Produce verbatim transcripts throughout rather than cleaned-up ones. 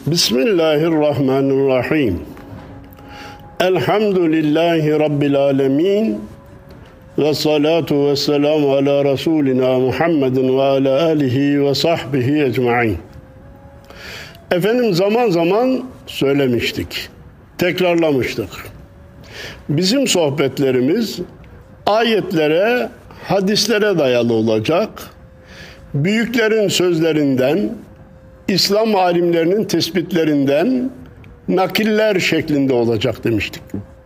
Bismillahirrahmanirrahim. Elhamdülillahi Rabbil alemin. Ve salatu ve selamu ala Resulina Muhammedin ve ala alihi ve sahbihi ecmain. Efendim zaman zaman söylemiştik, tekrarlamıştık. Bizim sohbetlerimiz ayetlere, hadislere dayalı olacak. Büyüklerin sözlerinden, İslam alimlerinin tespitlerinden nakiller şeklinde olacak demiştik.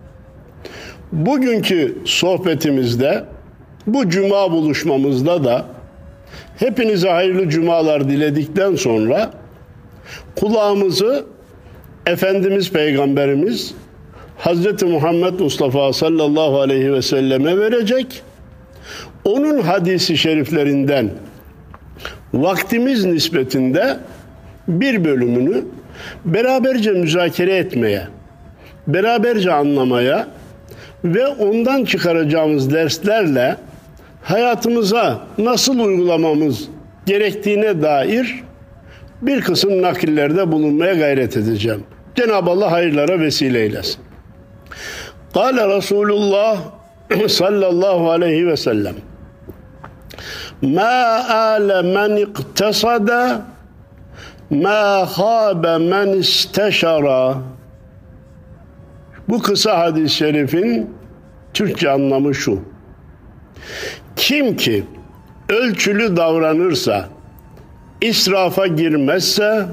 Bugünkü sohbetimizde, bu cuma buluşmamızda da hepinize hayırlı cumalar diledikten sonra kulağımızı Efendimiz Peygamberimiz Hazreti Muhammed Mustafa sallallahu aleyhi ve selleme verecek. Onun hadisi şeriflerinden vaktimiz nispetinde bir bölümünü beraberce müzakere etmeye, beraberce anlamaya ve ondan çıkaracağımız derslerle hayatımıza nasıl uygulamamız gerektiğine dair bir kısım nakillerde bulunmaya gayret edeceğim. Cenab-ı Allah hayırlara vesile eylesin. Kâle Resulullah sallallahu aleyhi ve sellem: مَا آلَ مَنْ اِقْتَصَدَ مَا خَابَ مَنْ اِسْتَشَرَ. Bu kısa hadis-i şerifin Türkçe anlamı şu: kim ki ölçülü davranırsa, israfa girmezse,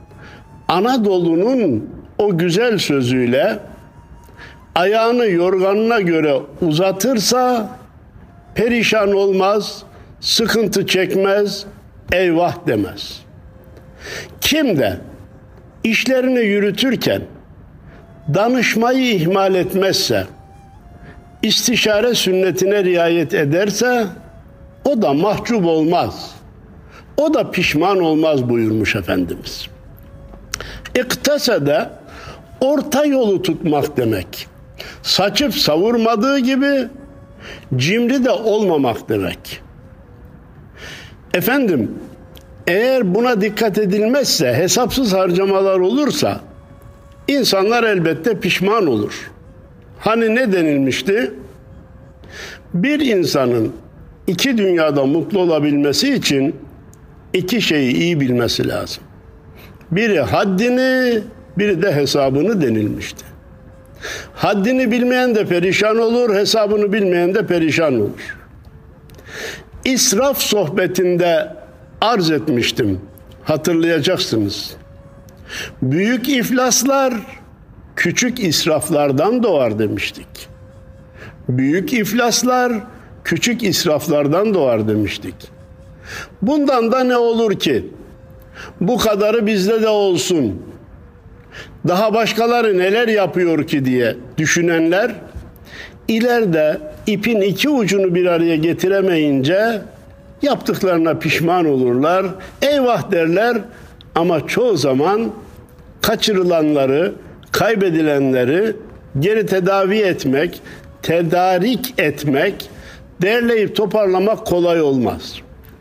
Anadolu'nun o güzel sözüyle ayağını yorganına göre uzatırsa perişan olmaz, sıkıntı çekmez, eyvah demez. Kim de işlerini yürütürken danışmayı ihmal etmezse, istişare sünnetine riayet ederse o da mahcup olmaz, o da pişman olmaz buyurmuş Efendimiz. İktesede orta yolu tutmak demek. Saçıp savurmadığı gibi cimri de olmamak demek. Efendim, eğer buna dikkat edilmezse, hesapsız harcamalar olursa insanlar elbette pişman olur. Hani ne denilmişti? Bir insanın iki dünyada mutlu olabilmesi için iki şeyi iyi bilmesi lazım. Biri haddini, biri de hesabını denilmişti. Haddini bilmeyen de perişan olur, hesabını bilmeyen de perişan olur. İsraf sohbetinde arz etmiştim, hatırlayacaksınız. Büyük iflaslar küçük israflardan doğar demiştik. Büyük iflaslar küçük israflardan doğar demiştik. Bundan da ne olur ki? Bu kadarı bizde de olsun. Daha başkaları neler yapıyor ki diye düşünenler ileride ipin iki ucunu bir araya getiremeyince yaptıklarına pişman olurlar, eyvah derler ama çoğu zaman kaçırılanları, kaybedilenleri geri tedavi etmek, tedarik etmek, derleyip toparlamak kolay olmaz.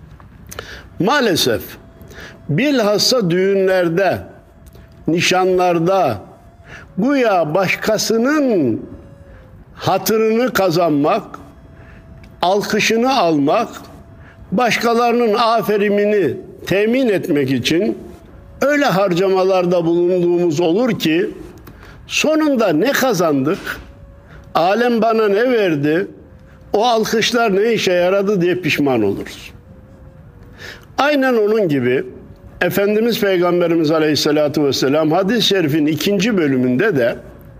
Maalesef bilhassa düğünlerde, nişanlarda güya başkasının hatırını kazanmak, alkışını almak, başkalarının aferinini temin etmek için öyle harcamalarda bulunduğumuz olur ki sonunda ne kazandık, alem bana ne verdi, o alkışlar ne işe yaradı diye pişman oluruz. Aynen onun gibi Efendimiz Peygamberimiz Aleyhisselatü Vesselam hadis-i şerifin ikinci bölümünde de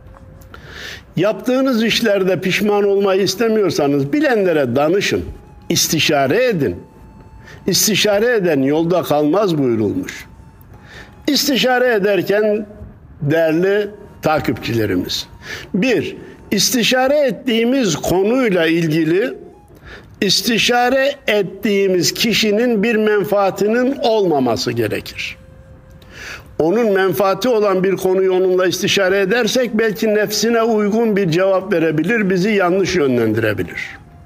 yaptığınız işlerde pişman olmayı istemiyorsanız bilenlere danışın, istişare edin. İstişare eden yolda kalmaz buyurulmuş. İstişare ederken değerli takipçilerimiz, bir, istişare ettiğimiz konuyla ilgili istişare ettiğimiz kişinin bir menfaatinin olmaması gerekir. Onun menfaati olan bir konuyu onunla istişare edersek belki nefsine uygun bir cevap verebilir, bizi yanlış yönlendirebilir.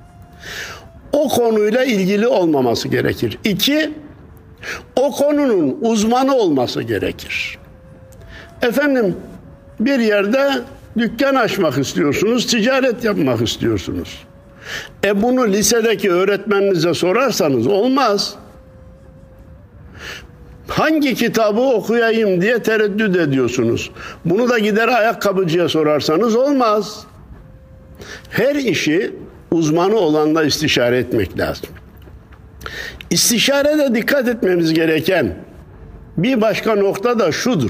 O konuyla ilgili olmaması gerekir. İki, o konunun uzmanı olması gerekir. Efendim bir yerde dükkan açmak istiyorsunuz, ticaret yapmak istiyorsunuz. E bunu lisedeki öğretmeninize sorarsanız olmaz. Hangi kitabı okuyayım diye tereddüt ediyorsunuz. Bunu da gider ayakkabıcıya sorarsanız olmaz. Her işi uzmanı olanla istişare etmek lazım. İstişarede dikkat etmemiz gereken bir başka nokta da şudur.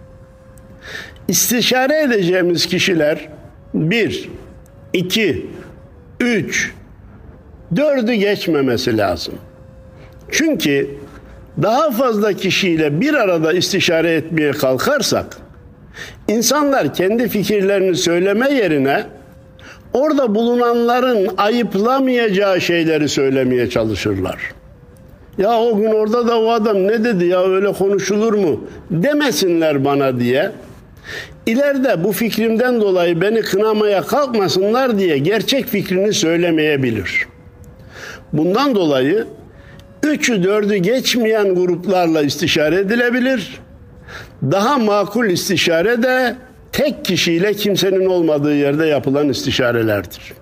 İstişare edeceğimiz kişiler bir, iki, üç, dördü geçmemesi lazım. Çünkü daha fazla kişiyle bir arada istişare etmeye kalkarsak, insanlar kendi fikirlerini söyleme yerine orada bulunanların ayıplamayacağı şeyleri söylemeye çalışırlar. Ya o gün orada da o adam ne dedi ya, öyle konuşulur mu demesinler bana diye, ileride bu fikrimden dolayı beni kınamaya kalkmasınlar diye gerçek fikrini söylemeyebilir. Bundan dolayı üçü dördü geçmeyen gruplarla istişare edilebilir. Daha makul istişare de tek kişiyle kimsenin olmadığı yerde yapılan istişarelerdir.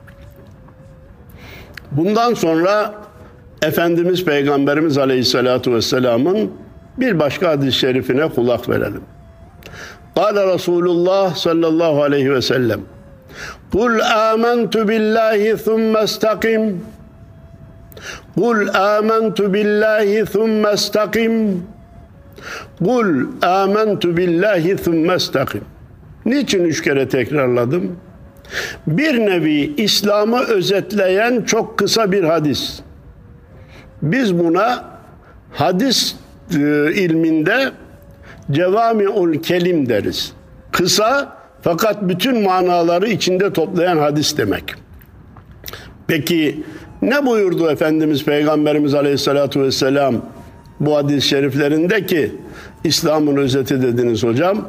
Bundan sonra Efendimiz Peygamberimiz Aleyhisselatü Vesselam'ın bir başka hadis-i şerifine kulak verelim. Kâle Resulullah sallallahu aleyhi ve sellem Kul âmentu billahi thumme istakim Kul âmentu billahi thumme istakim Kul âmentu billahi thumme istakim. Niçin üç kere tekrarladım? Bir nevi İslam'ı özetleyen çok kısa bir hadis. Biz buna hadis e, ilminde cevami'ul kelim deriz. Kısa fakat bütün manaları içinde toplayan hadis demek. Peki ne buyurdu Efendimiz Peygamberimiz Aleyhisselatü Vesselam bu hadis-i şeriflerinde ki İslam'ın özeti dediniz hocam?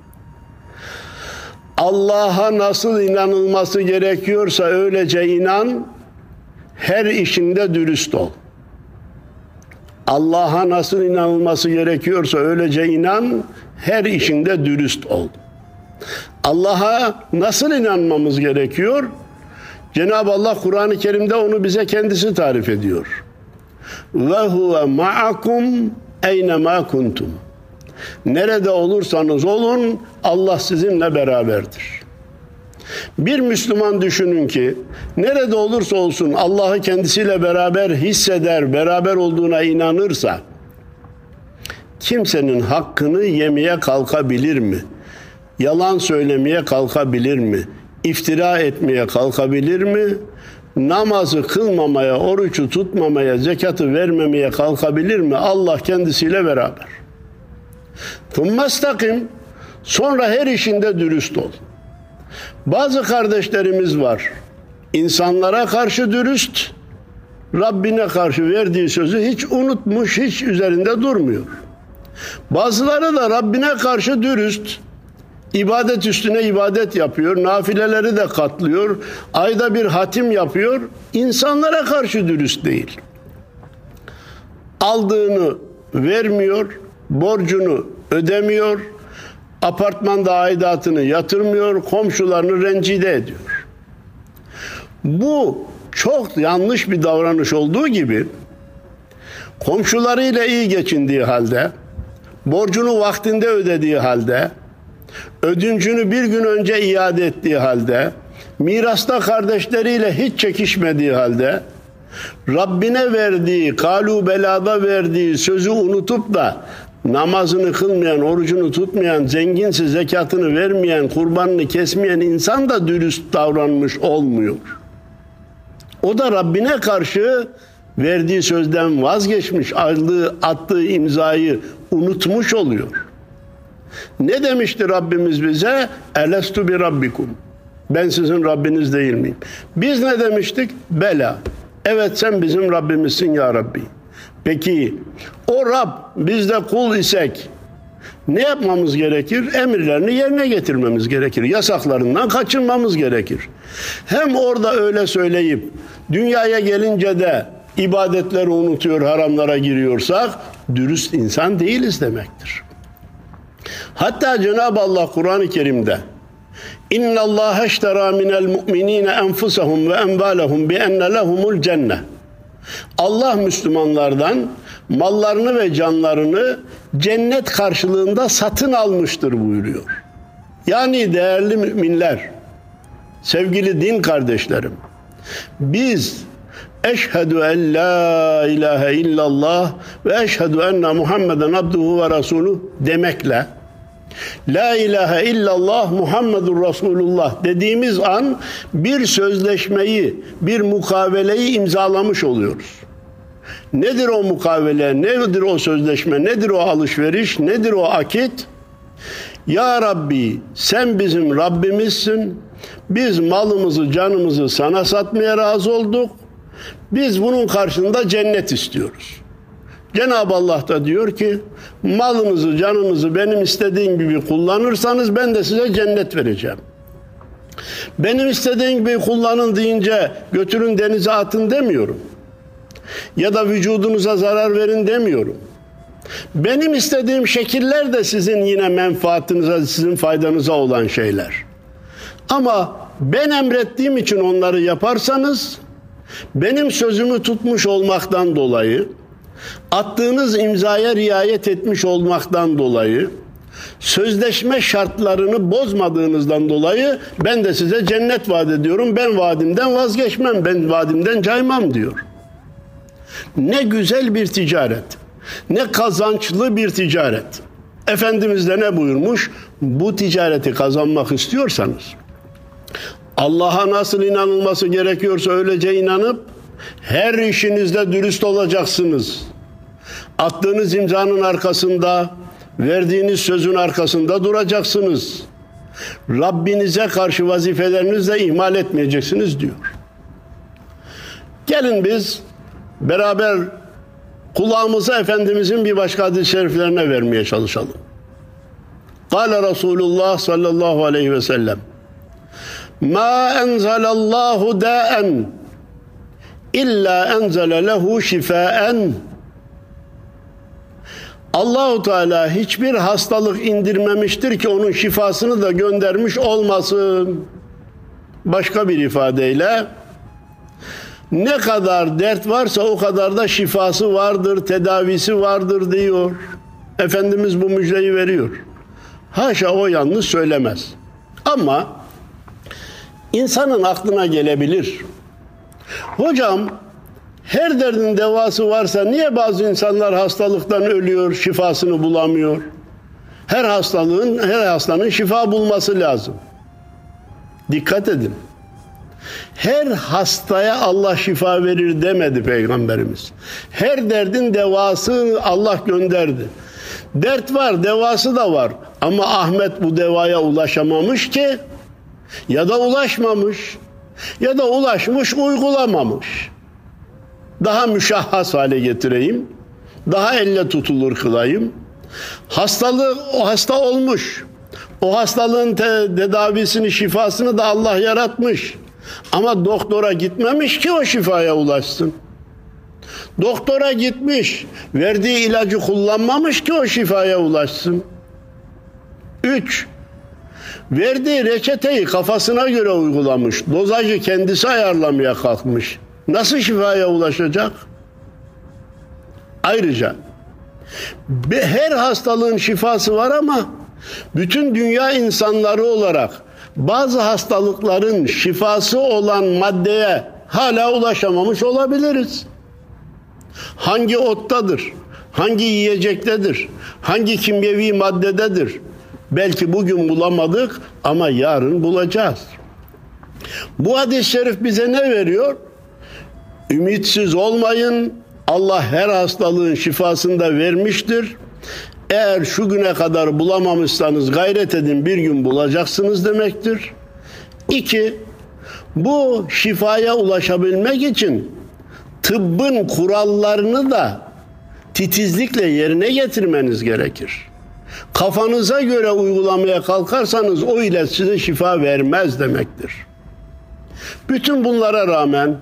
Allah'a nasıl inanılması gerekiyorsa öylece inan, her işinde dürüst ol. Allah'a nasıl inanılması gerekiyorsa öylece inan, her işinde dürüst ol. Allah'a nasıl inanmamız gerekiyor? Cenab-ı Allah Kur'an-ı Kerim'de onu bize kendisi tarif ediyor. Ve huve ma'akum eynemâ kuntum. Nerede olursanız olun Allah sizinle beraberdir. Bir Müslüman düşünün ki nerede olursa olsun Allah'ı kendisiyle beraber hisseder, beraber olduğuna inanırsa kimsenin hakkını yemeye kalkabilir mi? Yalan söylemeye kalkabilir mi? İftira etmeye kalkabilir mi? Namazı kılmamaya, orucu tutmamaya, zekatı vermemeye kalkabilir mi? Allah kendisiyle beraber. Thummestakim, sonra her işinde dürüst ol. Bazı kardeşlerimiz var. İnsanlara karşı dürüst, Rabbine karşı verdiği sözü hiç unutmuş, hiç üzerinde durmuyor. Bazıları da Rabbine karşı dürüst, İbadet üstüne ibadet yapıyor, nafileleri de katlıyor, ayda bir hatim yapıyor, insanlara karşı dürüst değil. Aldığını vermiyor, borcunu ödemiyor, apartmanda aidatını yatırmıyor, komşularını rencide ediyor. Bu çok yanlış bir davranış olduğu gibi, komşularıyla iyi geçindiği halde, borcunu vaktinde ödediği halde, ödüncünü bir gün önce iade ettiği halde, mirasta kardeşleriyle hiç çekişmediği halde, Rabbine verdiği, kalu belada verdiği sözü unutup da namazını kılmayan, orucunu tutmayan, zenginse zekatını vermeyen, kurbanını kesmeyen insan da dürüst davranmış olmuyor. O da Rabbine karşı verdiği sözden vazgeçmiş, aldığı, attığı imzayı unutmuş oluyor. Ne demişti Rabbimiz bize? Elestu bi rabbikum. Ben sizin Rabbiniz değil miyim? Biz ne demiştik? Bela. Evet sen bizim Rabbimizsin ya Rabbi. Peki o Rab biz de kul isek ne yapmamız gerekir? Emirlerini yerine getirmemiz gerekir. Yasaklarından kaçınmamız gerekir. Hem orada öyle söyleyip dünyaya gelince de ibadetleri unutuyor, haramlara giriyorsak dürüst insan değiliz demektir. Hatta Cenab-ı Allah Kur'an-ı Kerim'de İnna Allah eştera minel mu'minine enfusahum ve envalahum bi enne lehumul cennet. Allah Müslümanlardan mallarını ve canlarını cennet karşılığında satın almıştır buyuruyor. Yani değerli müminler, sevgili din kardeşlerim, biz eşhedü en la ilahe illallah ve eşhedü enne Muhammeden abduhu ve resulü demekle la ilahe illallah Muhammedur Resulullah dediğimiz an bir sözleşmeyi, bir mukaveleyi imzalamış oluyoruz. Nedir o mukavele, nedir o sözleşme, nedir o alışveriş, nedir o akit? Ya Rabbi, sen bizim Rabbimizsin, biz malımızı, canımızı sana satmaya razı olduk, biz bunun karşılığında cennet istiyoruz. Cenab-ı Allah da diyor ki, malınızı, canınızı benim istediğim gibi kullanırsanız ben de size cennet vereceğim. Benim istediğim gibi kullanın deyince götürün denize atın demiyorum. Ya da vücudunuza zarar verin demiyorum. Benim istediğim şekiller de sizin yine menfaatinize, sizin faydanıza olan şeyler. Ama ben emrettiğim için onları yaparsanız, benim sözümü tutmuş olmaktan dolayı, attığınız imzaya riayet etmiş olmaktan dolayı, sözleşme şartlarını bozmadığınızdan dolayı ben de size cennet vaat ediyorum. Ben vaadimden vazgeçmem, ben vaadimden caymam diyor. Ne güzel bir ticaret, ne kazançlı bir ticaret. Efendimiz de ne buyurmuş? Bu ticareti kazanmak istiyorsanız, Allah'a nasıl inanılması gerekiyorsa öylece inanıp, her işinizde dürüst olacaksınız. Attığınız imzanın arkasında, verdiğiniz sözün arkasında duracaksınız. Rabbinize karşı vazifelerinizi de ihmal etmeyeceksiniz diyor. Gelin biz beraber kulağımızı Efendimizin bir başka hadis-i şeriflerine vermeye çalışalım. Kâle Resulullah sallallahu aleyhi ve sellem mâ enzelallahu dâen İlla enzele lehu şifaen. Allahu Teala hiçbir hastalık indirmemiştir ki onun şifasını da göndermiş olmasın. Başka bir ifadeyle, ne kadar dert varsa o kadar da şifası vardır, tedavisi vardır diyor. Efendimiz bu müjdeyi veriyor. Haşa, o yanlış söylemez. Ama insanın aklına gelebilir. Hocam, her derdin devası varsa niye bazı insanlar hastalıktan ölüyor, şifasını bulamıyor? Her hastalığın, her hastanın şifa bulması lazım. Dikkat edin. Her hastaya Allah şifa verir demedi Peygamberimiz. Her derdin devası Allah gönderdi. Dert var, devası da var. Ama Ahmet bu devaya ulaşamamış ki, ya da ulaşmamış, ya da ulaşmış, uygulamamış. Daha müşahhas hale getireyim, daha elle tutulur kılayım. Hastalığı, o hasta olmuş. O hastalığın te- tedavisini, şifasını da Allah yaratmış. Ama doktora gitmemiş ki o şifaya ulaşsın. Doktora gitmiş, verdiği ilacı kullanmamış ki o şifaya ulaşsın. Üç, verdiği reçeteyi kafasına göre uygulamış, dozajı kendisi ayarlamaya kalkmış. Nasıl şifaya ulaşacak? Ayrıca her hastalığın şifası var ama bütün dünya insanları olarak bazı hastalıkların şifası olan maddeye hala ulaşamamış olabiliriz. Hangi ottadır? Hangi yiyecektedir? Hangi kimyevi maddededir? Belki bugün bulamadık ama yarın bulacağız. Bu hadis-i şerif bize ne veriyor? Ümitsiz olmayın. Allah her hastalığın şifasını da vermiştir. Eğer şu güne kadar bulamamışsanız gayret edin, bir gün bulacaksınız demektir. İki, bu şifaya ulaşabilmek için tıbbın kurallarını da titizlikle yerine getirmeniz gerekir. Kafanıza göre uygulamaya kalkarsanız o ilaç size şifa vermez demektir. Bütün bunlara rağmen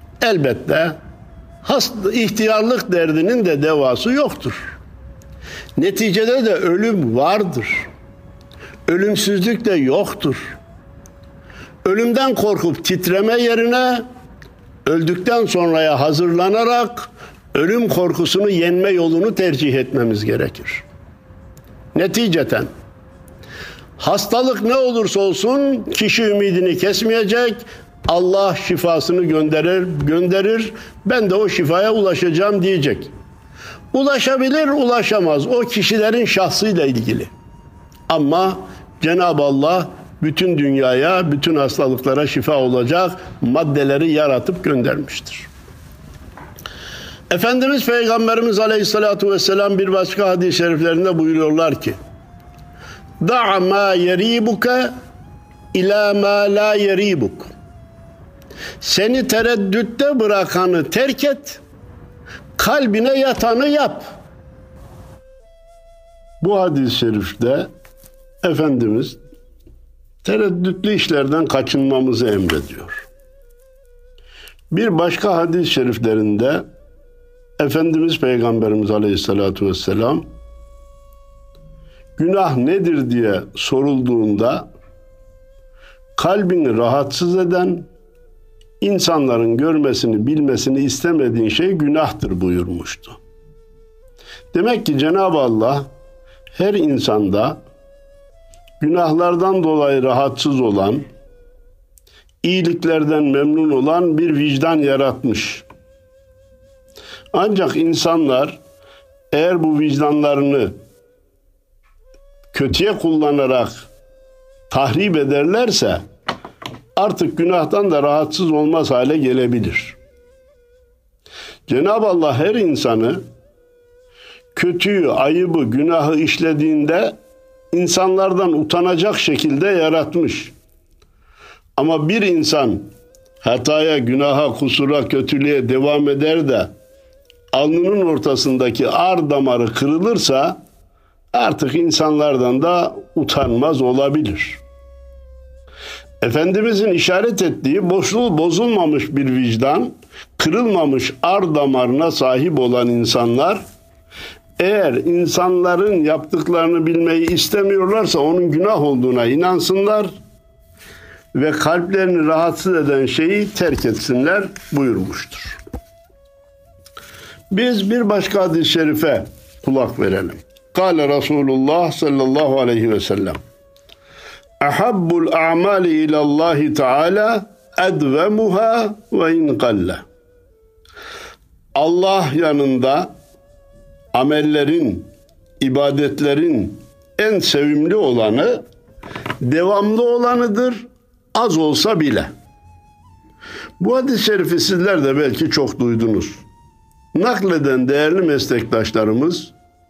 elbette hasta, ihtiyarlık derdinin de devası yoktur. Neticede de ölüm vardır. Ölümsüzlük de yoktur. Ölümden korkup titreme yerine öldükten sonraya hazırlanarak ölüm korkusunu yenme yolunu tercih etmemiz gerekir. Neticeten hastalık ne olursa olsun kişi ümidini kesmeyecek. Allah şifasını gönderir, gönderir. Ben de o şifaya ulaşacağım diyecek. Ulaşabilir, ulaşamaz. O kişilerin şahsıyla ilgili. Ama Cenab-ı Allah bütün dünyaya, bütün hastalıklara şifa olacak maddeleri yaratıp göndermiştir. Efendimiz Peygamberimiz Aleyhisselatü Vesselam bir başka hadis-i şeriflerinde buyuruyorlar ki: "Da'a ma yeribuke ila ma la yeribuk." Seni tereddütte bırakanı terk et, kalbine yatanı yap. Bu hadis-i şerifte Efendimiz tereddütlü işlerden kaçınmamızı emrediyor. Bir başka hadis-i şeriflerinde Efendimiz Peygamberimiz Aleyhisselatü Vesselam günah nedir diye sorulduğunda kalbini rahatsız eden, insanların görmesini, bilmesini istemediğin şey günahtır buyurmuştu. Demek ki Cenab-ı Allah her insanda günahlardan dolayı rahatsız olan, iyiliklerden memnun olan bir vicdan yaratmış. Ancak insanlar eğer bu vicdanlarını kötüye kullanarak tahrip ederlerse artık günahtan da rahatsız olmaz hale gelebilir. Cenab-ı Allah her insanı kötüyü, ayıbı, günahı işlediğinde insanlardan utanacak şekilde yaratmış. Ama bir insan hataya, günaha, kusura, kötülüğe devam eder de alnının ortasındaki ar damarı kırılırsa artık insanlardan da utanmaz olabilir. Efendimizin işaret ettiği boşluğu bozulmamış bir vicdan, kırılmamış ar damarına sahip olan insanlar, eğer insanların yaptıklarını bilmeyi istemiyorlarsa onun günah olduğuna inansınlar ve kalplerini rahatsız eden şeyi terk etsinler buyurmuştur. Biz bir başka hadis-i şerife kulak verelim. Kâle Resulullah sallallahu aleyhi ve sellem: "Ahabbul a'mali ilallahi teâlâ edvemuhâ ve in qalle." Allah yanında amellerin, ibadetlerin en sevimli olanı devamlı olanıdır, az olsa bile. Bu hadis-i şerifi sizler de belki çok duydunuz. Nakleden değerli meslektaşlarımız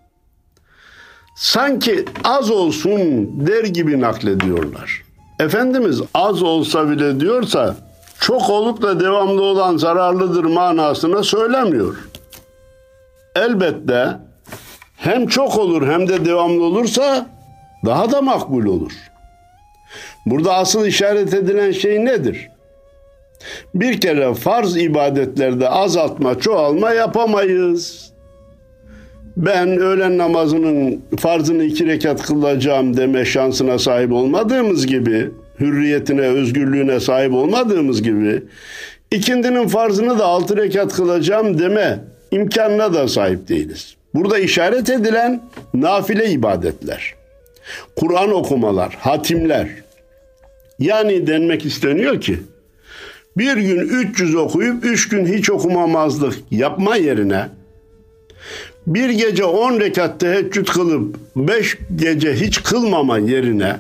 sanki az olsun der gibi naklediyorlar. Efendimiz az olsa bile diyorsa çok olup da devamlı olan zararlıdır manasına söylemiyor. Elbette hem çok olur hem de devamlı olursa daha da makbul olur. Burada asıl işaret edilen şey nedir? Bir kere farz ibadetlerde azaltma, çoğalma yapamayız. Ben öğlen namazının farzını iki rekat kılacağım deme şansına sahip olmadığımız gibi, hürriyetine, özgürlüğüne sahip olmadığımız gibi, ikindinin farzını da altı rekat kılacağım deme imkanına da sahip değiliz. Burada işaret edilen nafile ibadetler, Kur'an okumalar, hatimler. Yani denmek isteniyor ki, bir gün üç yüz okuyup üç gün hiç okumamazlık yapma yerine, bir gece on rekat teheccüd kılıp beş gece hiç kılmama yerine,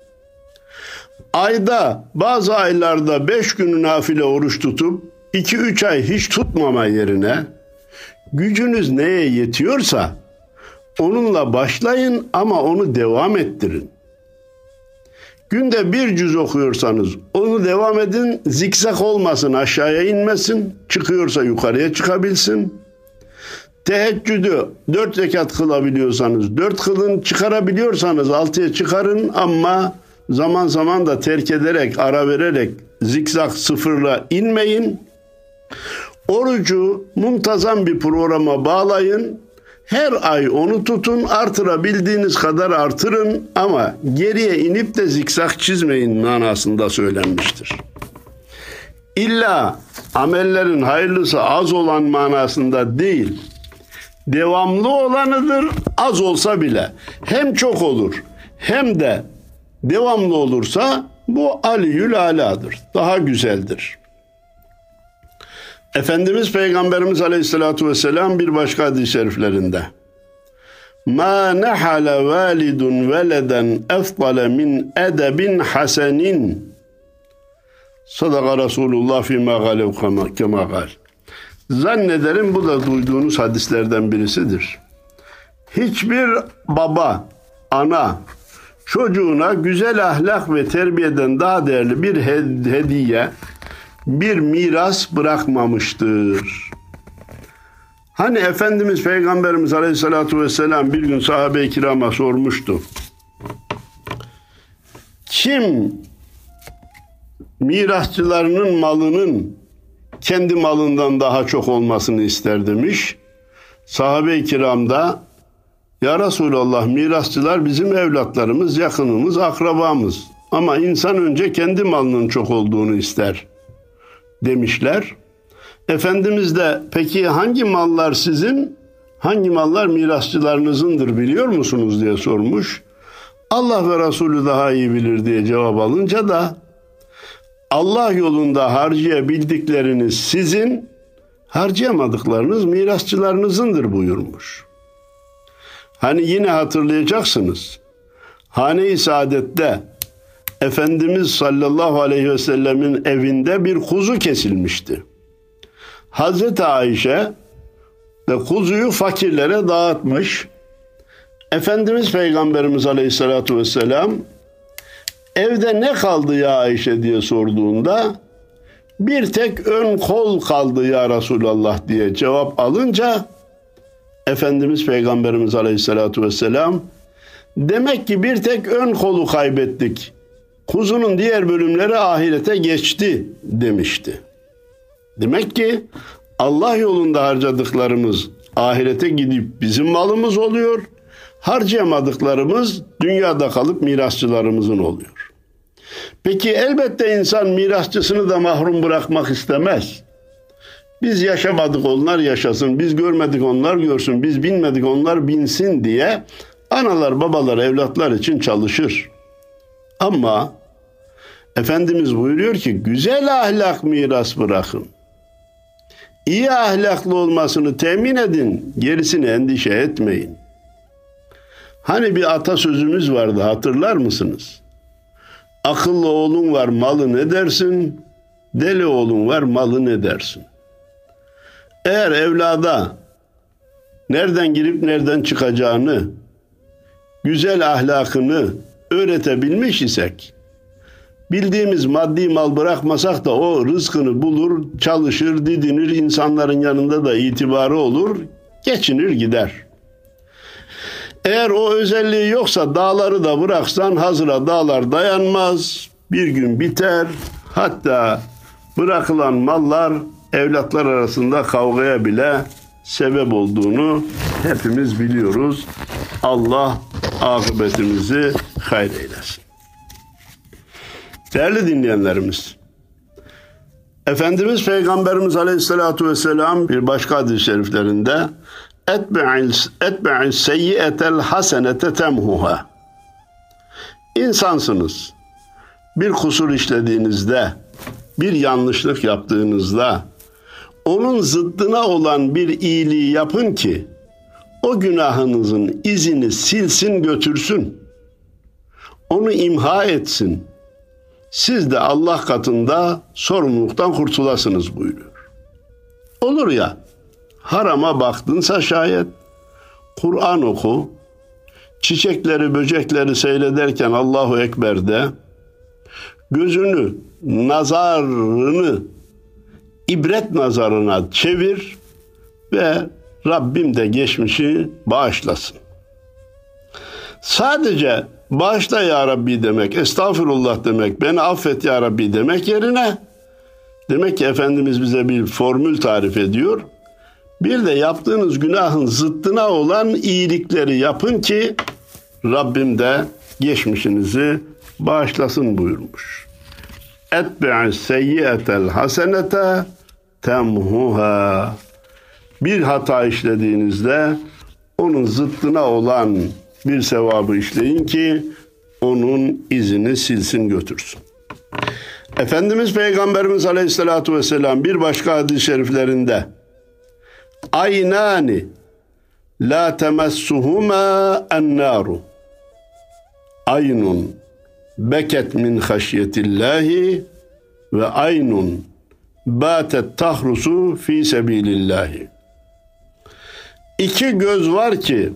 ayda bazı aylarda beş gün nafile oruç tutup iki üç ay hiç tutmama yerine, gücünüz neye yetiyorsa onunla başlayın ama onu devam ettirin. Günde bir cüz okuyorsanız onu devam edin, zikzak olmasın, aşağıya inmesin, çıkıyorsa yukarıya çıkabilsin. Teheccüdü dört rekat kılabiliyorsanız dört kılın, çıkarabiliyorsanız altıya çıkarın ama zaman zaman da terk ederek, ara vererek zikzak sıfırla inmeyin. Orucu muntazam bir programa bağlayın. Her ay onu tutun, artırabildiğiniz kadar artırın ama geriye inip de zikzak çizmeyin manasında söylenmiştir. İlla amellerin hayırlısı az olan manasında değil, devamlı olanıdır az olsa bile. Hem çok olur hem de devamlı olursa bu aliyül aladır, daha güzeldir. Efendimiz Peygamberimiz Aleyhisselatü Vesselam bir başka hadis-i şeriflerinde مَا نَحَلَ وَالِدٌ وَلَدًا اَفْضَلَ مِنْ اَدَبٍ حَسَنٍ Sadaka Resulullah fîmâ gâlev kemâ gâl. Zannederim bu da duyduğunuz hadislerden birisidir. Hiçbir baba, ana, çocuğuna güzel ahlak ve terbiyeden daha değerli bir hediye, bir miras bırakmamıştır. Hani Efendimiz Peygamberimiz Aleyhisselatü Vesselam bir gün sahabe-i kirama sormuştu. Kim mirasçılarının malının kendi malından daha çok olmasını ister demiş. Sahabe-i kiram da ya Resulallah, mirasçılar bizim evlatlarımız, yakınımız, akrabamız. Ama insan önce kendi malının çok olduğunu ister demişler. Efendimiz de peki hangi mallar sizin, hangi mallar mirasçılarınızındır biliyor musunuz diye sormuş. Allah ve Resulü daha iyi bilir diye cevap alınca da Allah yolunda harcayabildikleriniz sizin, harcayamadıklarınız mirasçılarınızındır buyurmuş. Hani yine hatırlayacaksınız. Hane-i Saadet'te Efendimiz sallallahu aleyhi ve sellemin evinde bir kuzu kesilmişti. Hazreti Ayşe de kuzuyu fakirlere dağıtmış. Efendimiz Peygamberimiz aleyhissalatu vesselam evde ne kaldı ya Ayşe diye sorduğunda bir tek ön kol kaldı ya Resulallah diye cevap alınca Efendimiz Peygamberimiz aleyhissalatu vesselam demek ki bir tek ön kolu kaybettik. Kuzunun diğer bölümleri ahirete geçti demişti. Demek ki Allah yolunda harcadıklarımız ahirete gidip bizim malımız oluyor. Harcayamadıklarımız dünyada kalıp mirasçılarımızın oluyor. Peki elbette insan mirasçısını da mahrum bırakmak istemez. Biz yaşamadık onlar yaşasın, biz görmedik onlar görsün, biz binmedik onlar binsin diye analar babalar evlatlar için çalışır. Ama Efendimiz buyuruyor ki güzel ahlak miras bırakın. İyi ahlaklı olmasını temin edin, gerisini endişe etmeyin. Hani bir atasözümüz vardı, hatırlar mısınız? Akıllı oğlun var malı ne dersin, deli oğlun var malı ne dersin? Eğer evlada nereden girip nereden çıkacağını, güzel ahlakını öğretebilmiş isek, bildiğimiz maddi mal bırakmasak da o rızkını bulur, çalışır, didinir, insanların yanında da itibarı olur, geçinir gider. Eğer o özelliği yoksa dağları da bıraksan hazıra dağlar dayanmaz, bir gün biter, hatta bırakılan mallar evlatlar arasında kavgaya bile sebep olduğunu hepimiz biliyoruz. Allah akıbetimizi hayır eylesin. Değerli dinleyenlerimiz, Efendimiz Peygamberimiz Aleyhisselatü Vesselam bir başka hadis-i şeriflerinde etbe'is seyyiyetel hasenete temhuha. İnsansınız. Bir kusur işlediğinizde, bir yanlışlık yaptığınızda onun zıddına olan bir iyiliği yapın ki o günahınızın izini silsin götürsün. Onu imha etsin. Siz de Allah katında sorumluluktan kurtulasınız buyuruyor. Olur ya, harama baktınsa şayet, Kur'an oku, çiçekleri, böcekleri seyrederken Allahu Ekber de, gözünü, nazarını, ibret nazarına çevir ve Rabbim de geçmişi bağışlasın. Sadece bağışla ya Rabbi demek, estağfurullah demek, beni affet ya Rabbi demek yerine, demek ki Efendimiz bize bir formül tarif ediyor. Bir de yaptığınız günahın zıttına olan iyilikleri yapın ki Rabbim de geçmişinizi bağışlasın buyurmuş. Etbi'i seyyiyetel hasenete temhuha. Bir hata işlediğinizde onun zıttına olan bir sevabı işleyin ki onun izini silsin götürsün. Efendimiz Peygamberimiz Aleyhisselatü Vesselam bir başka hadis-i şeriflerinde aynani la temessuhuma en-naru aynun beket min haşyetillahi ve aynun batet tahrusu fi sebilillahi. İki göz var ki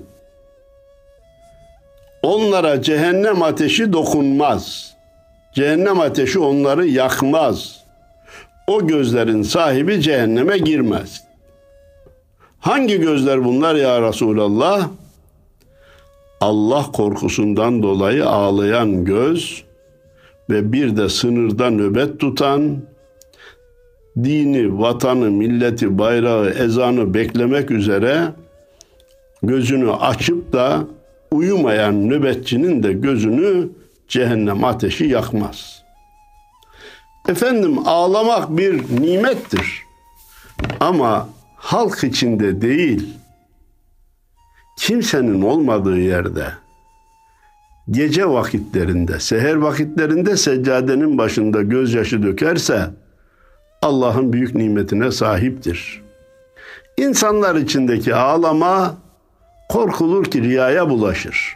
onlara cehennem ateşi dokunmaz. Cehennem ateşi onları yakmaz. O gözlerin sahibi cehenneme girmez. Hangi gözler bunlar ya Resulallah? Allah korkusundan dolayı ağlayan göz ve bir de sınırda nöbet tutan, dini, vatanı, milleti, bayrağı, ezanı beklemek üzere gözünü açıp da uyumayan nöbetçinin de gözünü cehennem ateşi yakmaz. Efendim ağlamak bir nimettir. Ama halk içinde değil, kimsenin olmadığı yerde, gece vakitlerinde, seher vakitlerinde seccadenin başında gözyaşı dökerse Allah'ın büyük nimetine sahiptir. İnsanlar içindeki ağlama korkulur ki riyaya bulaşır.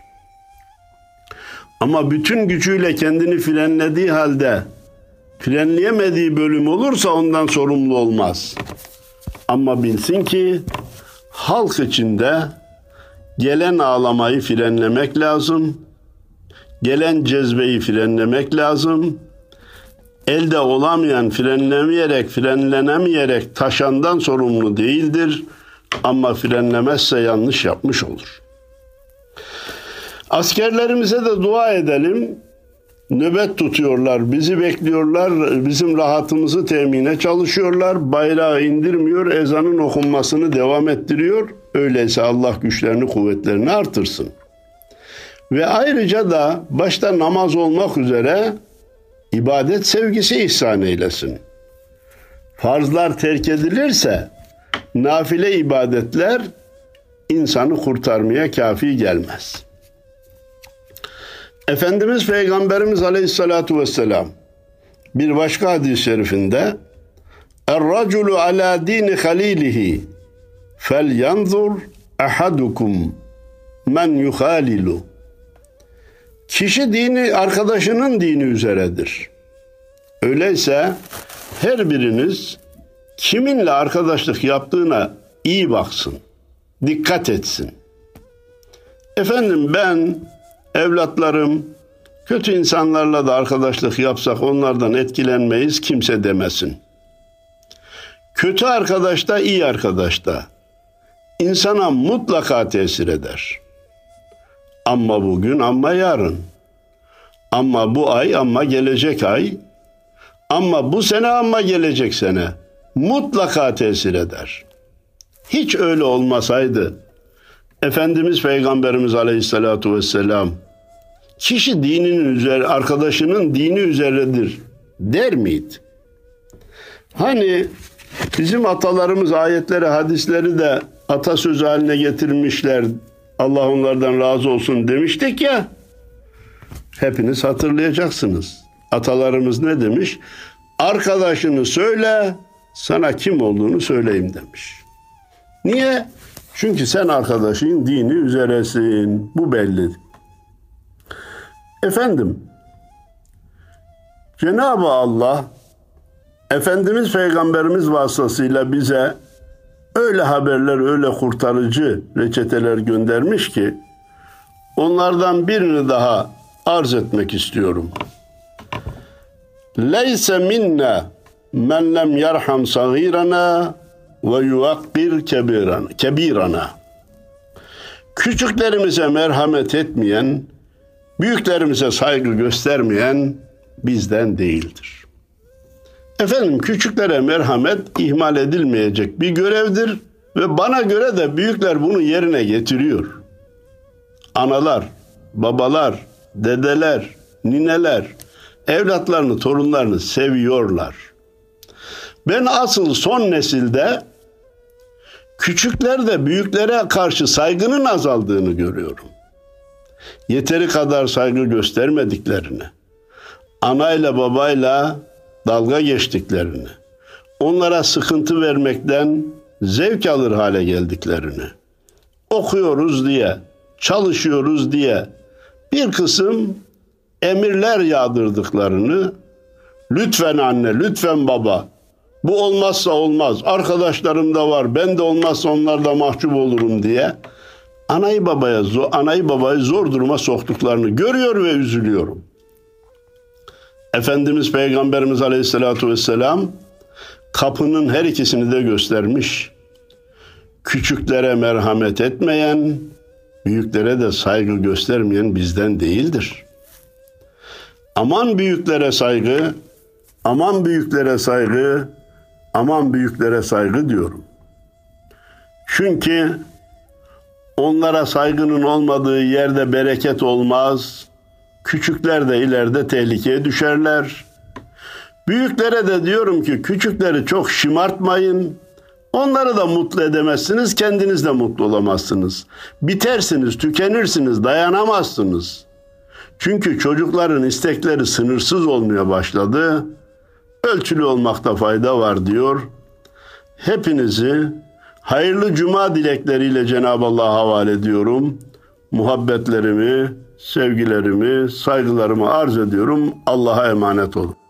Ama bütün gücüyle kendini frenlediği halde frenleyemediği bölüm olursa ondan sorumlu olmaz. Ama bilsin ki halk içinde gelen ağlamayı frenlemek lazım. Gelen cezbeyi frenlemek lazım. Elde olamayan, frenlemeyerek, frenlenemeyerek taşandan sorumlu değildir. Ama frenlemezse yanlış yapmış olur. Askerlerimize de dua edelim. Nöbet tutuyorlar, bizi bekliyorlar, bizim rahatımızı temine çalışıyorlar. Bayrağı indirmiyor, ezanın okunmasını devam ettiriyor. Öyleyse Allah güçlerini, kuvvetlerini artırsın. Ve ayrıca da başta namaz olmak üzere ibadet sevgisi ihsan eylesin. Farzlar terk edilirse nafile ibadetler insanı kurtarmaya kafi gelmez. Efendimiz Peygamberimiz Aleyhisselatü Vesselam bir başka hadis-i şerifinde Er-raculu ala dini halilihi fel yanzur ahadukum men yuhalilu. Kişi dini arkadaşının dini üzeredir. Öyleyse her biriniz kiminle arkadaşlık yaptığına iyi baksın, dikkat etsin. Efendim ben, evlatlarım, kötü insanlarla da arkadaşlık yapsak onlardan etkilenmeyiz kimse demesin. Kötü arkadaş da iyi arkadaş da insana mutlaka tesir eder. Ama bugün, ama yarın. Ama bu ay, ama gelecek ay. Ama bu sene, ama gelecek sene. Mutlaka tesir eder. Hiç öyle olmasaydı Efendimiz Peygamberimiz Aleyhisselatü Vesselam kişi dininin üzeri, arkadaşının dini üzeridir der miydi? Hani bizim atalarımız ayetleri, hadisleri de atasözü haline getirmişler. Allah onlardan razı olsun demiştik ya. Hepiniz hatırlayacaksınız. Atalarımız ne demiş? Arkadaşını söyle, sana kim olduğunu söyleyeyim demiş. Niye? Çünkü sen arkadaşın dini üzeresin. Bu belli. Efendim, Cenab-ı Allah Efendimiz Peygamberimiz vasıtasıyla bize öyle haberler, öyle kurtarıcı reçeteler göndermiş ki onlardan birini daha arz etmek istiyorum. Leyse minna men lem yerham sagirana ve yuvakkir kebirana. kebirana. Küçüklerimize merhamet etmeyen, büyüklerimize saygı göstermeyen bizden değildir. Efendim küçüklere merhamet ihmal edilmeyecek bir görevdir. Ve bana göre de büyükler bunu yerine getiriyor. Analar, babalar, dedeler, nineler evlatlarını, torunlarını seviyorlar. Ben asıl son nesilde küçüklerde büyüklere karşı saygının azaldığını görüyorum. Yeteri kadar saygı göstermediklerini, anayla babayla dalga geçtiklerini, onlara sıkıntı vermekten zevk alır hale geldiklerini, okuyoruz diye, çalışıyoruz diye bir kısım emirler yağdırdıklarını, lütfen anne, lütfen baba, bu olmazsa olmaz, arkadaşlarım da var, ben de olmazsa onlar da mahcup olurum diye anayı babaya, anayı babayı zor duruma soktuklarını görüyor ve üzülüyorum. Efendimiz Peygamberimiz Aleyhisselatü Vesselam kapının her ikisini de göstermiş. Küçüklere merhamet etmeyen, büyüklere de saygı göstermeyen bizden değildir. Aman büyüklere saygı, aman büyüklere saygı, aman büyüklere saygı diyorum. Çünkü onlara saygının olmadığı yerde bereket olmaz. Küçükler de ileride tehlikeye düşerler. Büyüklere de diyorum ki küçükleri çok şımartmayın. Onları da mutlu edemezsiniz, kendiniz de mutlu olamazsınız. Bitersiniz, tükenirsiniz, dayanamazsınız. Çünkü çocukların istekleri sınırsız olmaya başladı. Ölçülü olmakta fayda var diyor. Hepinizi hayırlı cuma dilekleriyle Cenab-ı Allah'a havale ediyorum. Muhabbetlerimi, sevgilerimi, saygılarımı arz ediyorum. Allah'a emanet olun.